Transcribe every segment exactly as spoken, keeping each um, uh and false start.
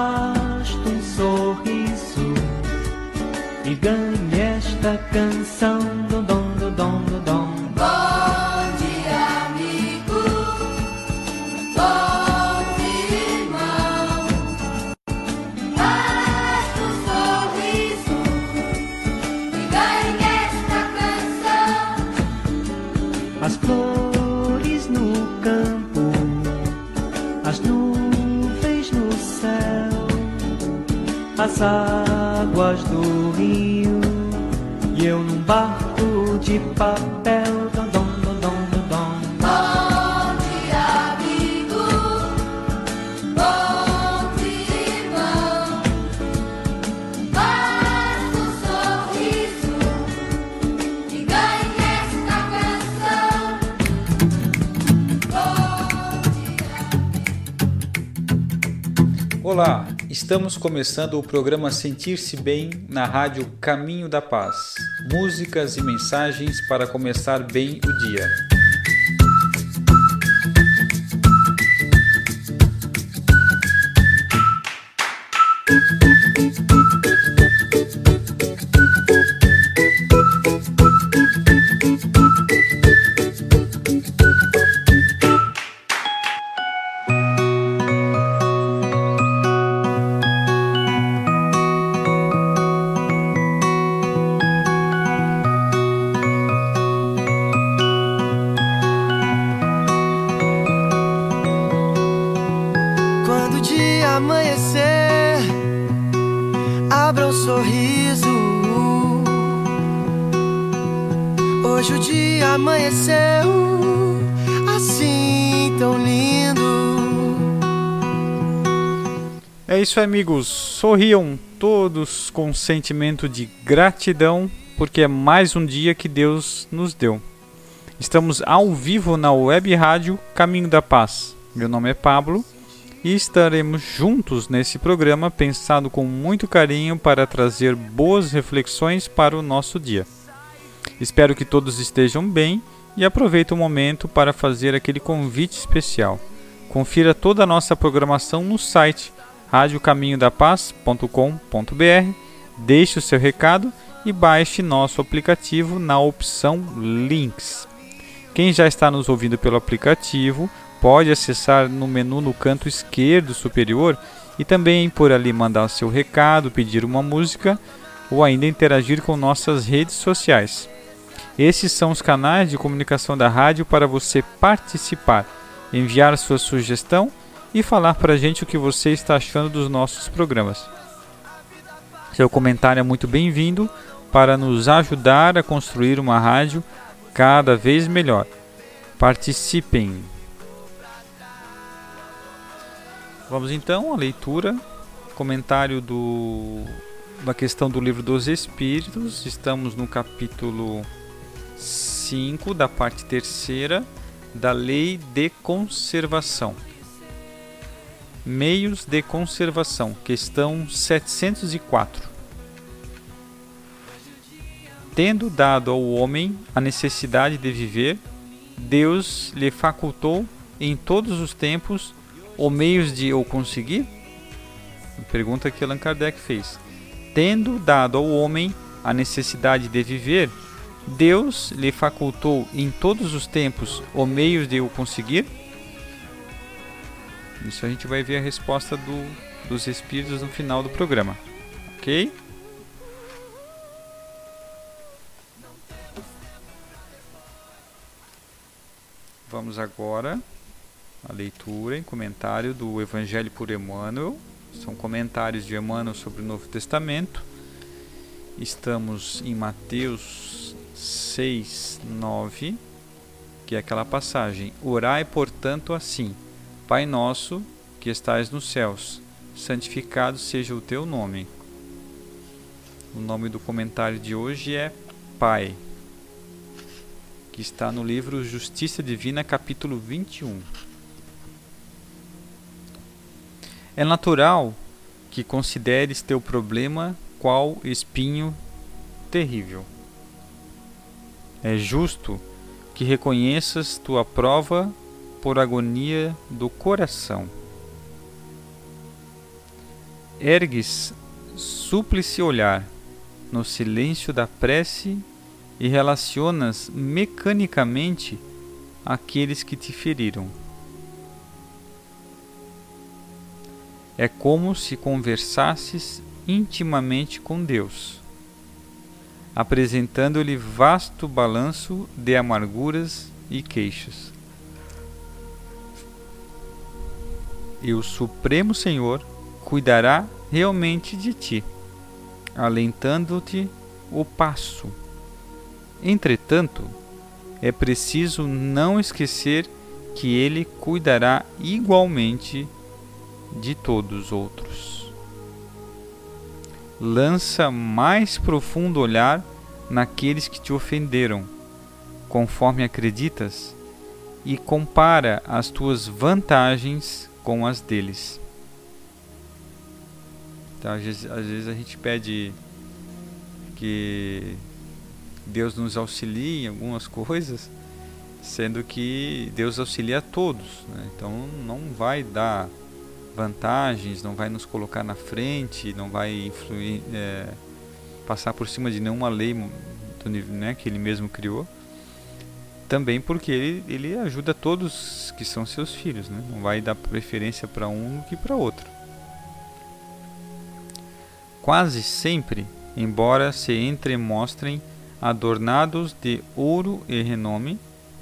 basta um sorriso e ganhe esta canção. Dom, dom, dom, dom, dom. Bom dia, amigo. Bom dia, irmão. Basta um sorriso e ganhe esta canção. As flores no campo, as nuvens no céu, as águas do rio e eu num barco de papel. Dom, dom, dom, dom, dom. Bom dia, amigo. Bom dia, irmão. Basta um sorriso e ganhe esta canção. Olá, estamos começando o programa Sentir-se Bem na rádio Caminho da Paz. Músicas e mensagens para começar bem o dia. Quando o dia amanhecer, abra um sorriso. Hoje o dia amanheceu assim tão lindo. É isso, amigos. Sorriam todos com sentimento de gratidão, porque é mais um dia que Deus nos deu. Estamos ao vivo na web rádio Caminho da Paz. Meu nome é Pablo e estaremos juntos nesse programa pensado com muito carinho para trazer boas reflexões para o nosso dia. Espero que todos estejam bem e aproveite o momento para fazer aquele convite especial. Confira toda a nossa programação no site rádio caminho da paz ponto com ponto b r, deixe o seu recado e baixe nosso aplicativo na opção Links. Quem já está nos ouvindo pelo aplicativo pode acessar no menu no canto esquerdo superior e também por ali mandar seu recado, pedir uma música ou ainda interagir com nossas redes sociais. Esses são os canais de comunicação da rádio para você participar, enviar sua sugestão e falar para a gente o que você está achando dos nossos programas. Seu comentário é muito bem-vindo para nos ajudar a construir uma rádio cada vez melhor. Participem! Vamos então à leitura, comentário do, da questão do Livro dos Espíritos. Estamos no capítulo cinco, da parte terceira, da Lei de Conservação. Meios de conservação, questão setecentos e quatro. Tendo dado ao homem a necessidade de viver, Deus lhe facultou em todos os tempos ou meios de o conseguir? Pergunta que Allan Kardec fez. Tendo dado ao homem a necessidade de viver, Deus lhe facultou em todos os tempos ou meios de o conseguir? Isso a gente vai ver a resposta do, dos Espíritos no final do programa. Ok? Vamos agora à leitura em comentário do Evangelho por Emmanuel. São comentários de Emmanuel sobre o Novo Testamento. Estamos em Mateus seis, nove, que é aquela passagem: Orai, portanto, assim: Pai nosso, que estais nos céus, santificado seja o teu nome. O nome do comentário de hoje é Pai, que está no livro Justiça Divina, capítulo vinte e um. É natural que consideres teu problema qual espinho terrível. É justo que reconheças tua prova por agonia do coração. ergues súplice olhar no silêncio da prece e relacionas mecanicamente aqueles que te feriram. É como se conversasses intimamente com Deus, apresentando-lhe vasto balanço de amarguras e queixas. E o Supremo Senhor cuidará realmente de ti, alentando-te o passo. Entretanto, é preciso não esquecer que Ele cuidará igualmente de todos os outros. Lança mais profundo olhar naqueles que te ofenderam, conforme acreditas, e compara as tuas vantagens com as deles. Então, às vezes, às vezes a gente pede que Deus nos auxilie em algumas coisas, sendo que Deus auxilia a todos, né? Então não vai dar vantagens, não vai nos colocar na frente, não vai influir, é, passar por cima de nenhuma lei do, né, que Ele mesmo criou. Também porque ele, ele ajuda todos que são seus filhos, né? Não vai dar preferência para um do que para outro. Quase sempre, embora se entremostrem adornados de ouro e renome,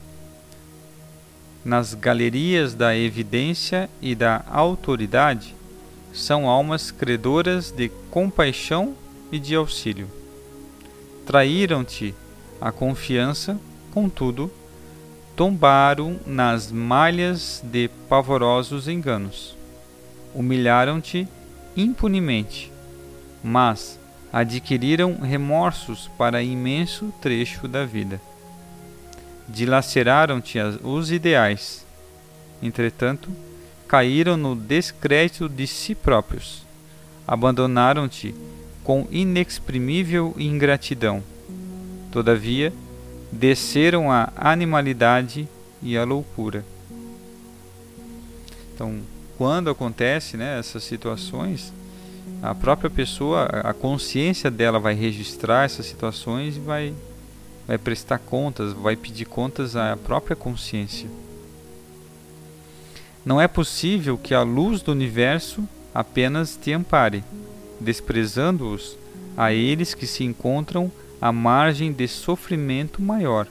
nas galerias da evidência e da autoridade, são almas credoras de compaixão e de auxílio. Traíram-te a confiança, contudo, tombaram nas malhas de pavorosos enganos. Humilharam-te impunemente, mas adquiriram remorsos para imenso trecho da vida. Dilaceraram-te os ideais, entretanto, caíram no descrédito de si próprios. Abandonaram-te com inexprimível ingratidão. Todavia, desceram a animalidade e a loucura. Então, quando acontece, né, essas situações, a própria pessoa, a consciência dela vai registrar essas situações e vai, vai prestar contas, vai pedir contas à própria consciência. Não é possível que a luz do universo apenas te ampare, desprezando-os a eles que se encontram à margem de sofrimento maior.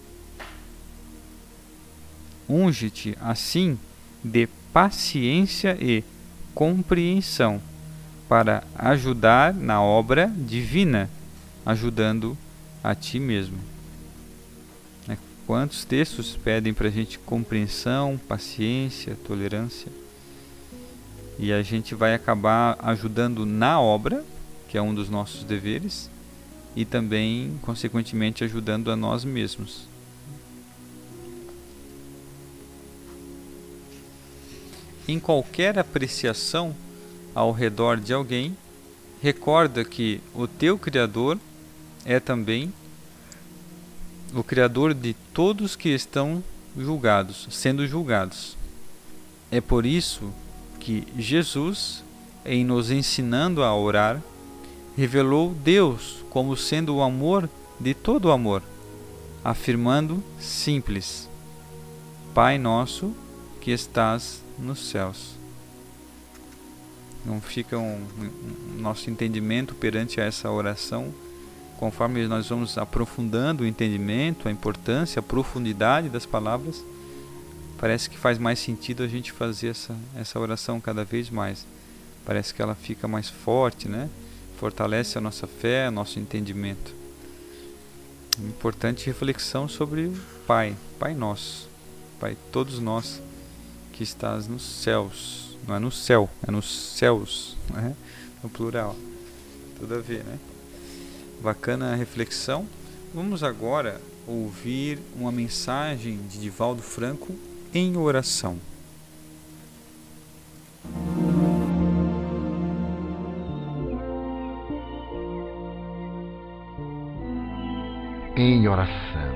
Unge-te, assim, de paciência e compreensão, para ajudar na obra divina, ajudando a ti mesmo. Quantos textos pedem para a gente compreensão, paciência, tolerância? E a gente vai acabar ajudando na obra, que é um dos nossos deveres, e também, consequentemente, ajudando a nós mesmos. Em qualquer apreciação ao redor de alguém, recorda que o teu Criador é também o Criador de todos que estão julgados, sendo julgados. É por isso que Jesus, em nos ensinando a orar, revelou Deus como sendo o amor de todo o amor, afirmando simples: Pai nosso que estás nos céus. Não fica um, um, nosso entendimento perante essa oração, conforme nós vamos aprofundando o entendimento, a importância, a profundidade das palavras, parece que faz mais sentido a gente fazer essa, essa oração cada vez mais. Parece que ela fica mais forte, né? Fortalece a nossa fé, nosso entendimento. Importante reflexão sobre o Pai, Pai nosso, Pai todos nós que estás nos céus. Não é no céu, é nos céus, né? No plural. Tudo a ver, né? Bacana a reflexão. Vamos agora ouvir uma mensagem de Divaldo Franco em oração. Em oração.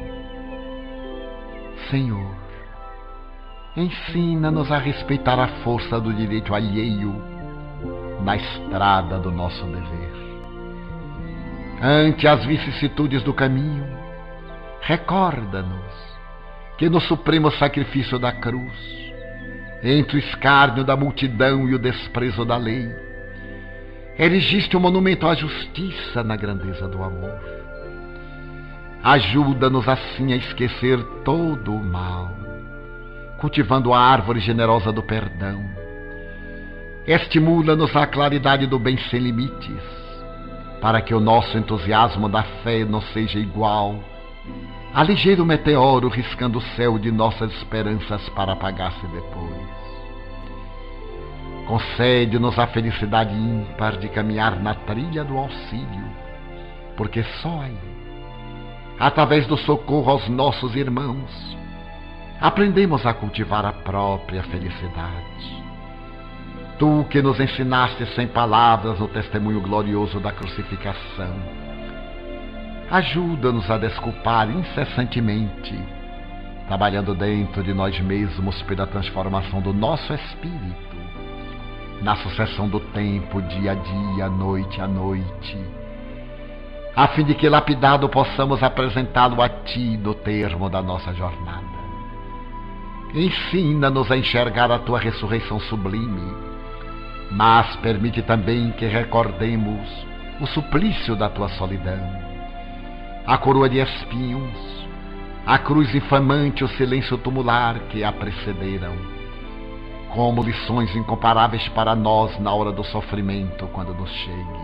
Senhor, ensina-nos a respeitar a força do direito alheio, na estrada do nosso dever. Ante as vicissitudes do caminho, recorda-nos que no supremo sacrifício da cruz, entre o escárnio da multidão e o desprezo da lei, erigiste um monumento à justiça na grandeza do amor. Ajuda-nos assim a esquecer todo o mal, cultivando a árvore generosa do perdão. Estimula-nos à claridade do bem sem limites, para que o nosso entusiasmo da fé não seja igual a ligeiro meteoro riscando o céu de nossas esperanças para apagar-se depois. Concede-nos a felicidade ímpar de caminhar na trilha do auxílio, porque só aí, através do socorro aos nossos irmãos, aprendemos a cultivar a própria felicidade. Tu que nos ensinaste sem palavras no testemunho glorioso da crucificação, ajuda-nos a desculpar incessantemente, trabalhando dentro de nós mesmos pela transformação do nosso espírito, na sucessão do tempo, dia a dia, noite a noite, a fim de que, lapidado, possamos apresentá-lo a Ti no termo da nossa jornada. Ensina-nos a enxergar a Tua ressurreição sublime, mas permite também que recordemos o suplício da Tua solidão, a coroa de espinhos, a cruz infamante, o silêncio tumular que a precederam, como lições incomparáveis para nós na hora do sofrimento quando nos chegue.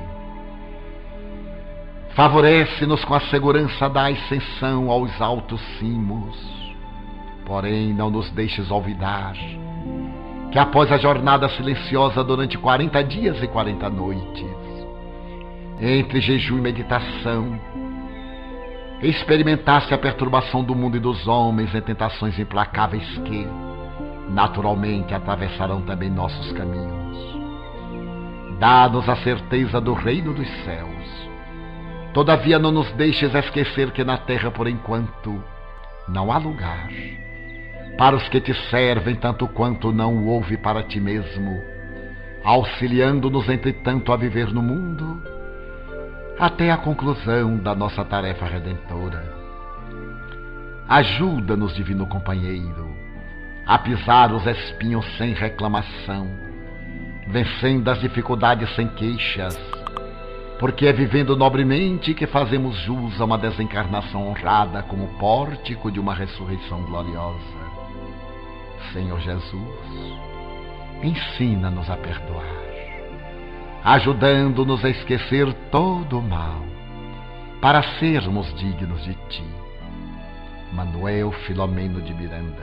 Favorece-nos com a segurança da ascensão aos altos cimos, porém não nos deixes olvidar que após a jornada silenciosa durante quarenta dias e quarenta noites, entre jejum e meditação, experimentaste a perturbação do mundo e dos homens em tentações implacáveis que, naturalmente, atravessarão também nossos caminhos. Dá-nos a certeza do reino dos céus. Todavia não nos deixes esquecer que na terra, por enquanto, não há lugar para os que te servem tanto quanto não o houve para ti mesmo, auxiliando-nos, entretanto, a viver no mundo até a conclusão da nossa tarefa redentora. Ajuda-nos, divino companheiro, a pisar os espinhos sem reclamação, vencendo as dificuldades sem queixas, porque é vivendo nobremente que fazemos jus a uma desencarnação honrada como pórtico de uma ressurreição gloriosa. Senhor Jesus, ensina-nos a perdoar, ajudando-nos a esquecer todo o mal, para sermos dignos de Ti. Manuel Filomeno de Miranda.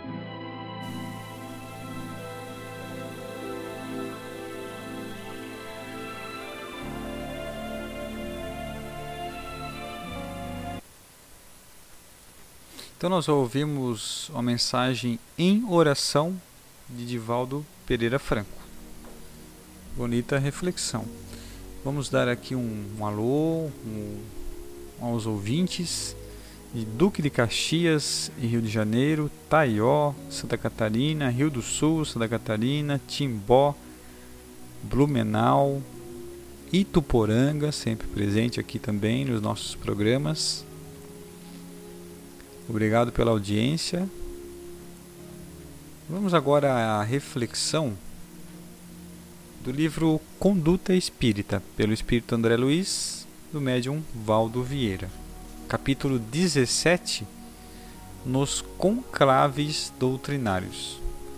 Então nós ouvimos uma mensagem em oração de Divaldo Pereira Franco. Bonita reflexão. Vamos dar aqui um, um alô um, aos ouvintes de Duque de Caxias e Rio de Janeiro, Taió, Santa Catarina, Rio do Sul, Santa Catarina, Timbó, Blumenau, Ituporanga, sempre presente aqui também nos nossos programas. Obrigado pela audiência. Vamos agora à reflexão do livro Conduta Espírita, pelo Espírito André Luiz, do médium Valdo Vieira. Capítulo dezessete, nos conclaves doutrinários.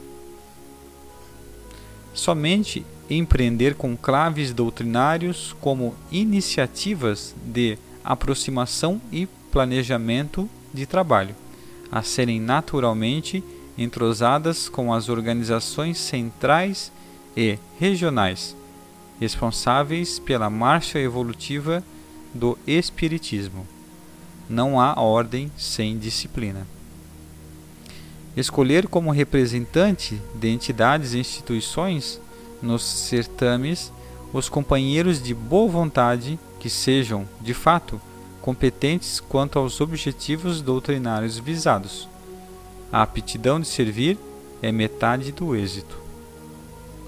Somente empreender conclaves doutrinários como iniciativas de aproximação e planejamento de trabalho, a serem naturalmente entrosadas com as organizações centrais e regionais, responsáveis pela marcha evolutiva do Espiritismo. Não há ordem sem disciplina. Escolher como representante de entidades e instituições nos certames os companheiros de boa vontade que sejam, de fato, competentes quanto aos objetivos doutrinários visados. A aptidão de servir é metade do êxito.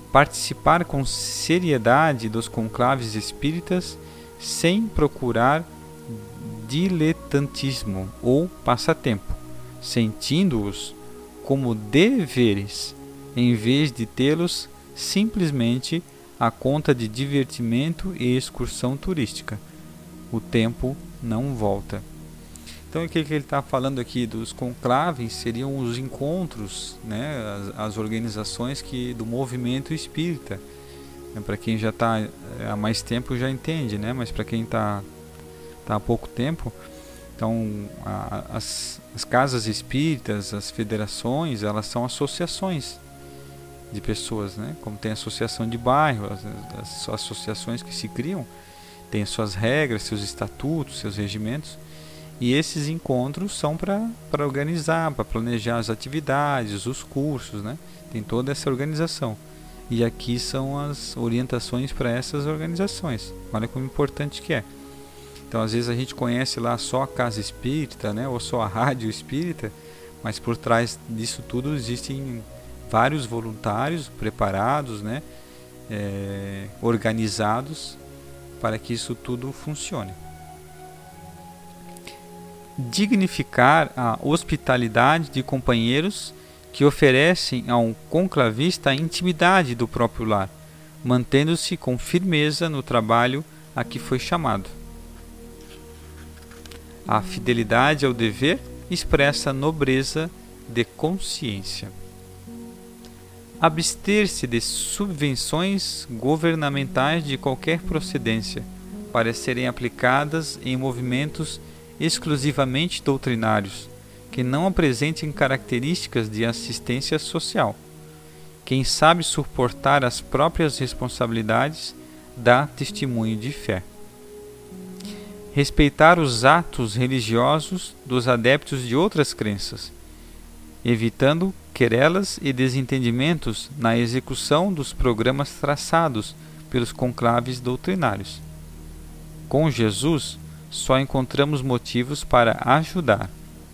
participar com seriedade dos conclaves espíritas sem procurar diletantismo ou passatempo, sentindo-os como deveres, em vez de tê-los simplesmente à conta de divertimento e excursão turística. O tempo não volta. Então, o que ele está falando aqui dos conclaves seriam os encontros, né, as, as organizações que, do movimento espírita. Para quem já está há mais tempo já entende, né? Mas para quem está tá há pouco tempo, então a, as, as casas espíritas, as federações, elas são associações de pessoas, né? Como tem associação de bairro, as, as associações que se criam, têm suas regras, seus estatutos, seus regimentos, e esses encontros são para organizar, para planejar as atividades, os cursos, né? Tem toda essa organização. E aqui são as orientações para essas organizações. Olha como importante que é. Então, às vezes a gente conhece lá só a casa espírita, né, ou só a rádio espírita, mas por trás disso tudo existem vários voluntários preparados, né, é, organizados para que isso tudo funcione. Dignificar a hospitalidade de companheiros que oferecem ao conclavista a intimidade do próprio lar, mantendo-se com firmeza no trabalho a que foi chamado. A fidelidade ao dever expressa nobreza de consciência. Abster-se de subvenções governamentais de qualquer procedência, para serem aplicadas em movimentos exclusivamente doutrinários, que não apresentem características de assistência social. Quem sabe suportar as próprias responsabilidades dá testemunho de fé. Respeitar os atos religiosos dos adeptos de outras crenças, evitando querelas e desentendimentos na execução dos programas traçados pelos conclaves doutrinários. Com Jesus, só encontramos motivos para ajudar.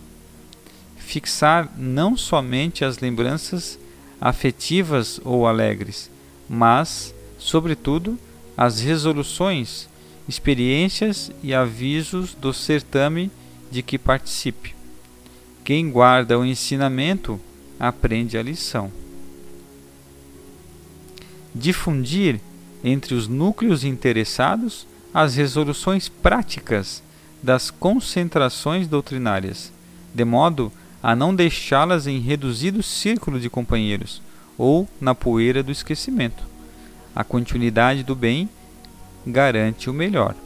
Fixar não somente as lembranças afetivas ou alegres, mas, sobretudo, as resoluções, experiências e avisos do certame de que participe. Quem guarda o ensinamento aprende a lição. Difundir entre os núcleos interessados as resoluções práticas das concentrações doutrinárias, de modo a não deixá-las em reduzido círculo de companheiros ou na poeira do esquecimento. A continuidade do bem garante o melhor.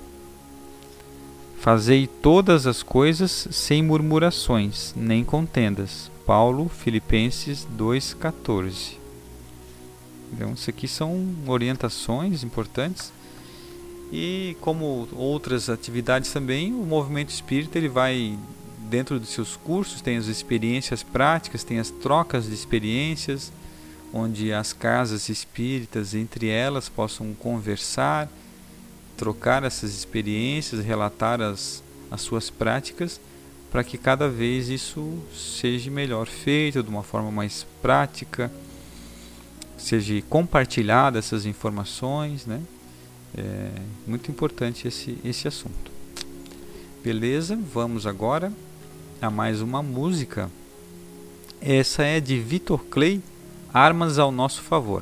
Fazei todas as coisas sem murmurações, nem contendas. Paulo, Filipenses dois, quatorze. Então, isso aqui são orientações importantes. E como outras atividades também, o movimento espírita ele vai, dentro dos seus cursos, tem as experiências práticas, tem as trocas de experiências, onde as casas espíritas, entre elas, possam conversar, trocar essas experiências, relatar as, as suas práticas, para que cada vez isso seja melhor feito, de uma forma mais prática, seja compartilhada essas informações, né? É muito importante esse, esse assunto. Beleza, vamos agora a mais uma música. Essa é de Vitor Clay, Armas ao Nosso Favor.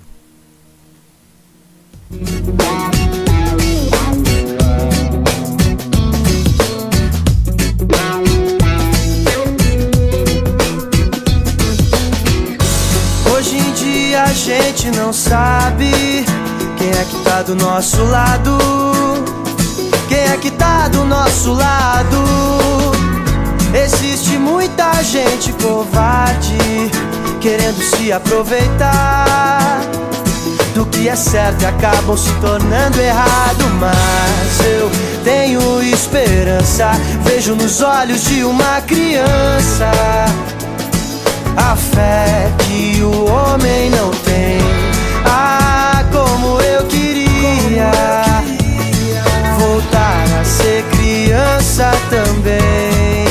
Hoje em dia a gente não sabe quem é que tá do nosso lado, quem é que tá do nosso lado. Existe muita gente covarde, querendo se aproveitar do que é certo e acabam se tornando errado. Mas eu tenho esperança, vejo nos olhos de uma criança a fé que o homem não tem. Ah, como eu queria voltar a ser criança também.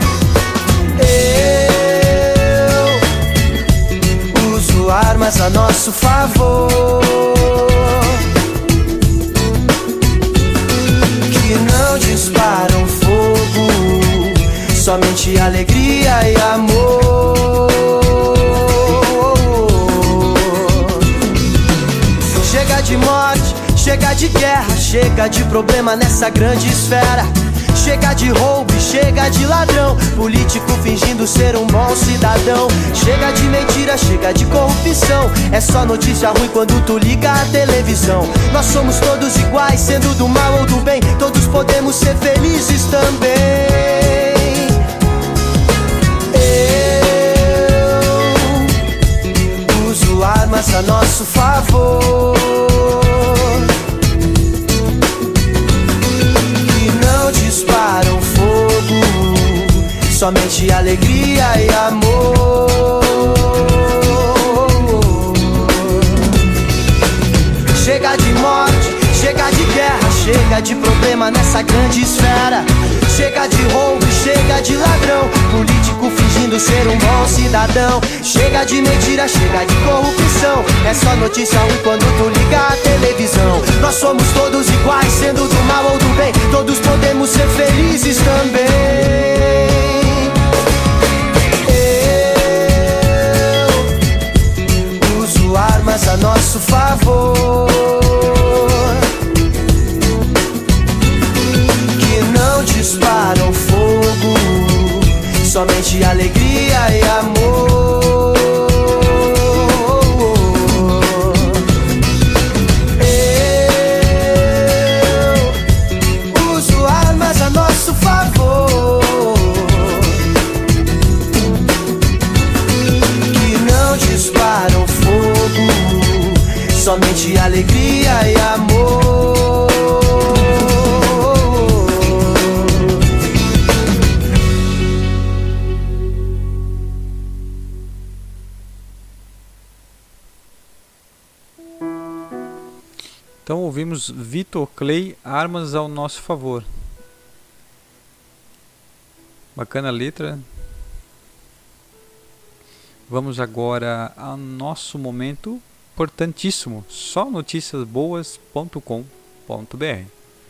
Eu uso armas a nosso nosso favor, que não disparam fogo, somente alegria e amor. Chega de morte, chega de guerra, chega de problema nessa grande esfera. Chega de roubo e chega de ladrão, político fingindo ser um bom cidadão. Chega de mentira, chega de corrupção, é só notícia ruim quando tu liga a televisão. Nós somos todos iguais, sendo do mal ou do bem, todos podemos ser felizes também. Eu uso armas a nosso favor, disparam fogo, somente alegria e amor. Chega de morte, chega de guerra, chega de problema nessa grande esfera. Chega de roubo, chega de ladrão, político fingindo ser um bom cidadão. Chega de mentira, chega de corrupção, é só notícia ruim quando tu liga a televisão. Nós somos todos iguais, sendo do mal ou do bem, todos podemos ser felizes também. Eu uso armas a nosso favor, disparam fogo, somente alegria e amor. Eu uso armas a nosso favor, que não disparam fogo, somente alegria e amor. Então ouvimos Vitor Clay, Armas ao Nosso Favor. Bacana a letra. Vamos agora ao nosso momento importantíssimo, só noticias boas ponto com ponto br.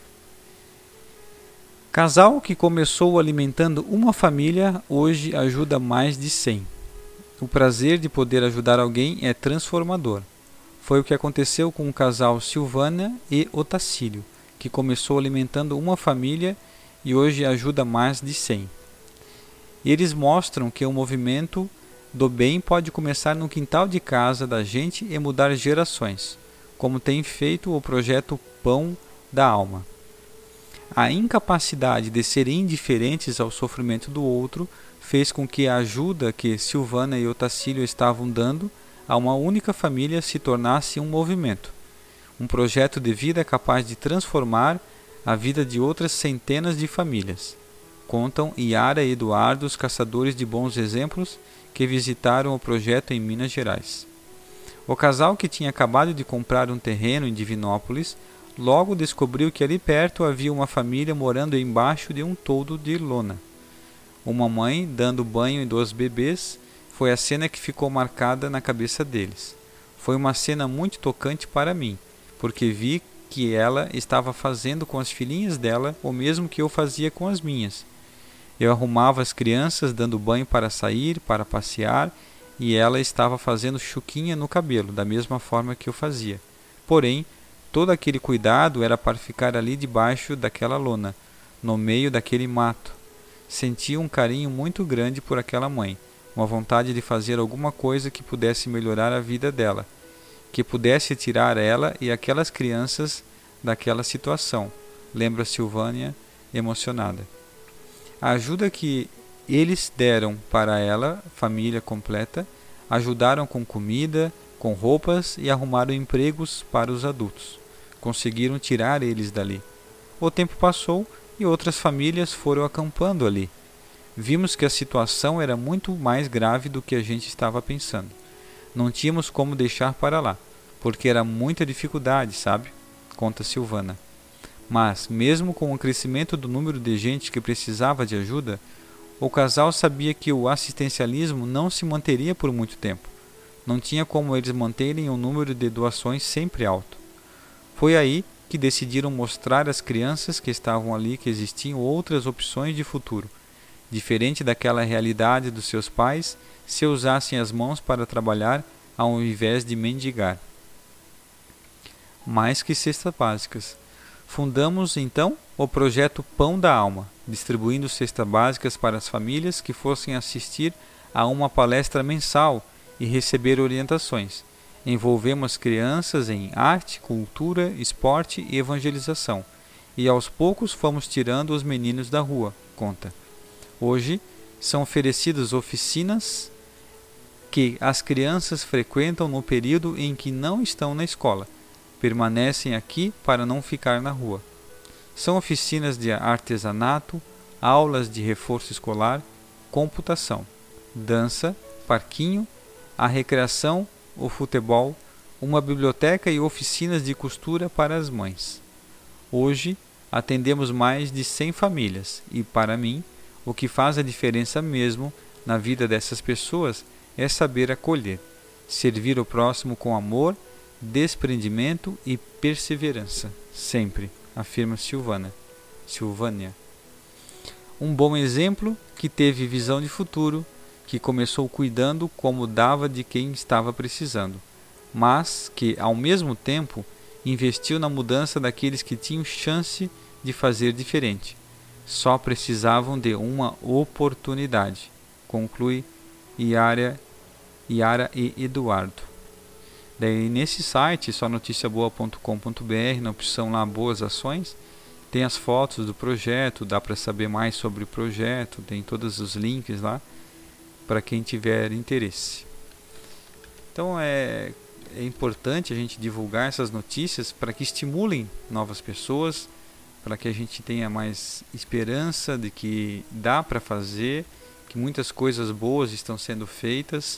Casal que começou alimentando uma família, hoje ajuda mais de cem. O prazer de poder ajudar alguém é transformador. Foi o que aconteceu com o casal Silvana e Otacílio, que começou alimentando uma família e hoje ajuda mais de cem. Eles mostram que o movimento do bem pode começar no quintal de casa da gente e mudar gerações, como tem feito o projeto Pão da Alma. A incapacidade de serem indiferentes ao sofrimento do outro fez com que a ajuda que Silvana e Otacílio estavam dando a uma única família se tornasse um movimento, um projeto de vida capaz de transformar a vida de outras centenas de famílias. Contam Yara e Eduardo, os caçadores de bons exemplos que visitaram o projeto em Minas Gerais. O casal, que tinha acabado de comprar um terreno em Divinópolis, logo descobriu que ali perto havia uma família morando embaixo de um toldo de lona. Uma mãe dando banho em dois bebês foi a cena que ficou marcada na cabeça deles. Foi uma cena muito tocante para mim, porque vi que ela estava fazendo com as filhinhas dela o mesmo que eu fazia com as minhas. Eu arrumava as crianças, dando banho para sair, para passear, e ela estava fazendo chuquinha no cabelo, da mesma forma que eu fazia. Porém, todo aquele cuidado era para ficar ali debaixo daquela lona, no meio daquele mato. Senti um carinho muito grande por aquela mãe, uma vontade de fazer alguma coisa que pudesse melhorar a vida dela, que pudesse tirar ela e aquelas crianças daquela situação, lembra Silvânia, emocionada. A ajuda que eles deram para ela, família completa, ajudaram com comida, com roupas e arrumaram empregos para os adultos. Conseguiram tirar eles dali. O tempo passou e outras famílias foram acampando ali. Vimos que a situação era muito mais grave do que a gente estava pensando. Não tínhamos como deixar para lá, porque era muita dificuldade, sabe? Conta Silvana. Mas, mesmo com o crescimento do número de gente que precisava de ajuda, o casal sabia que o assistencialismo não se manteria por muito tempo. Não tinha como eles manterem um número de doações sempre alto. Foi aí que decidiram mostrar às crianças que estavam ali que existiam outras opções de futuro, diferente daquela realidade dos seus pais, se usassem as mãos para trabalhar ao invés de mendigar. Mais que cestas básicas. Fundamos então o projeto Pão da Alma, distribuindo cestas básicas para as famílias que fossem assistir a uma palestra mensal e receber orientações. Envolvemos crianças em arte, cultura, esporte e evangelização. E aos poucos fomos tirando os meninos da rua, conta. Hoje são oferecidas oficinas que as crianças frequentam no período em que não estão na escola. Permanecem aqui para não ficar na rua. São oficinas de artesanato, aulas de reforço escolar, computação, dança, parquinho, a recreação, o futebol, uma biblioteca e oficinas de costura para as mães. Hoje atendemos mais de cem famílias e, para mim, o que faz a diferença mesmo na vida dessas pessoas é saber acolher, servir o próximo com amor, desprendimento e perseverança, sempre, afirma Silvana. Silvânia. Um bom exemplo que teve visão de futuro, que começou cuidando como dava de quem estava precisando, mas que, ao mesmo tempo, investiu na mudança daqueles que tinham chance de fazer diferente. Só precisavam de uma oportunidade, conclui Yara, Yara e Eduardo. Daí, nesse site, só noticia boa ponto com ponto b r, na opção lá Boas Ações, tem as fotos do projeto, dá para saber mais sobre o projeto, tem todos os links lá, para quem tiver interesse. Então é, é importante a gente divulgar essas notícias para que estimulem novas pessoas, para que a gente tenha mais esperança de que dá para fazer, que muitas coisas boas estão sendo feitas,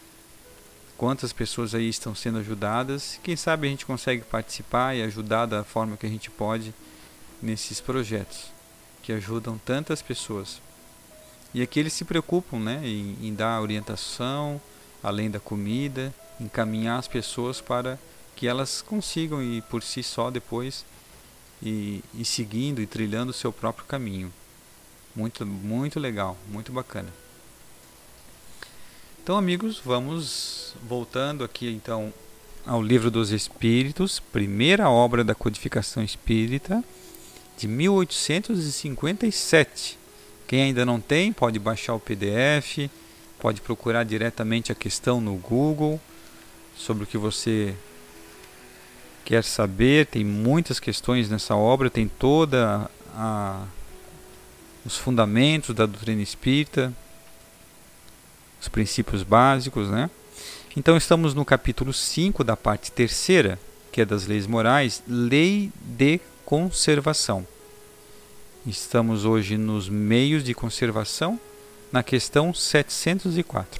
quantas pessoas aí estão sendo ajudadas. Quem sabe a gente consegue participar e ajudar da forma que a gente pode nesses projetos que ajudam tantas pessoas. E aqui eles se preocupam, né, em, em dar orientação, além da comida, encaminhar as pessoas para que elas consigam ir por si só depois e, e seguindo e trilhando o seu próprio caminho. Muito, muito legal, muito bacana. Então, amigos, vamos voltando aqui então ao Livro dos Espíritos, primeira obra da codificação espírita, de mil oitocentos e cinquenta e sete. Quem ainda não tem, pode baixar o P D F, pode procurar diretamente a questão no Google sobre o que você quer saber. Tem muitas questões nessa obra, tem toda a, os fundamentos da doutrina espírita, os princípios básicos, né? Então estamos no capítulo cinco da parte terceira, que é das leis morais, lei de conservação. Estamos hoje nos meios de conservação, na questão setecentos e quatro.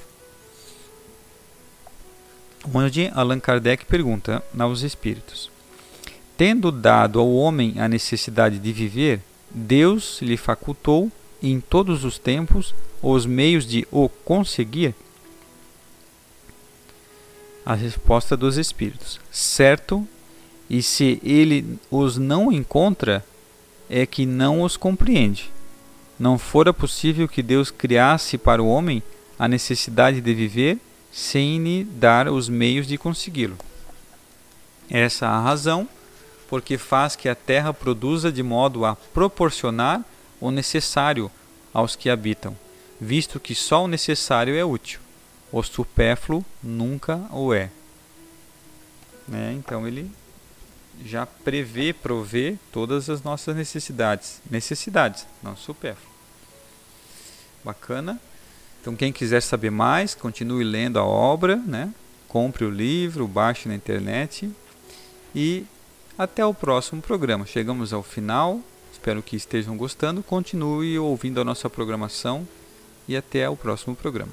Onde Allan Kardec pergunta aos espíritos: tendo dado ao homem a necessidade de viver, Deus lhe facultou, em todos os tempos, os meios de o conseguir? A resposta dos espíritos: certo, e se ele os não encontra, é que não os compreende. Não fora possível que Deus criasse para o homem a necessidade de viver sem lhe dar os meios de consegui-lo. Essa é a razão porque faz que a terra produza de modo a proporcionar o necessário aos que habitam, visto que só o necessário é útil, o supérfluo nunca o é. Né? Então ele já prevê, provê todas as nossas necessidades. Necessidades, não supérfluo. Bacana. Então quem quiser saber mais, continue lendo a obra, né? Compre o livro, baixe na internet. E até o próximo programa. Chegamos ao final. Espero que estejam gostando. Continue ouvindo a nossa programação. E até o próximo programa.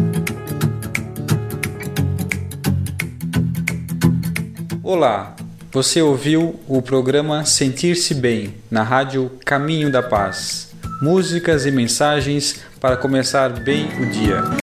Olá, Você ouviu o programa Sentir-se Bem, na rádio Caminho da Paz. Músicas e mensagens para começar bem o dia.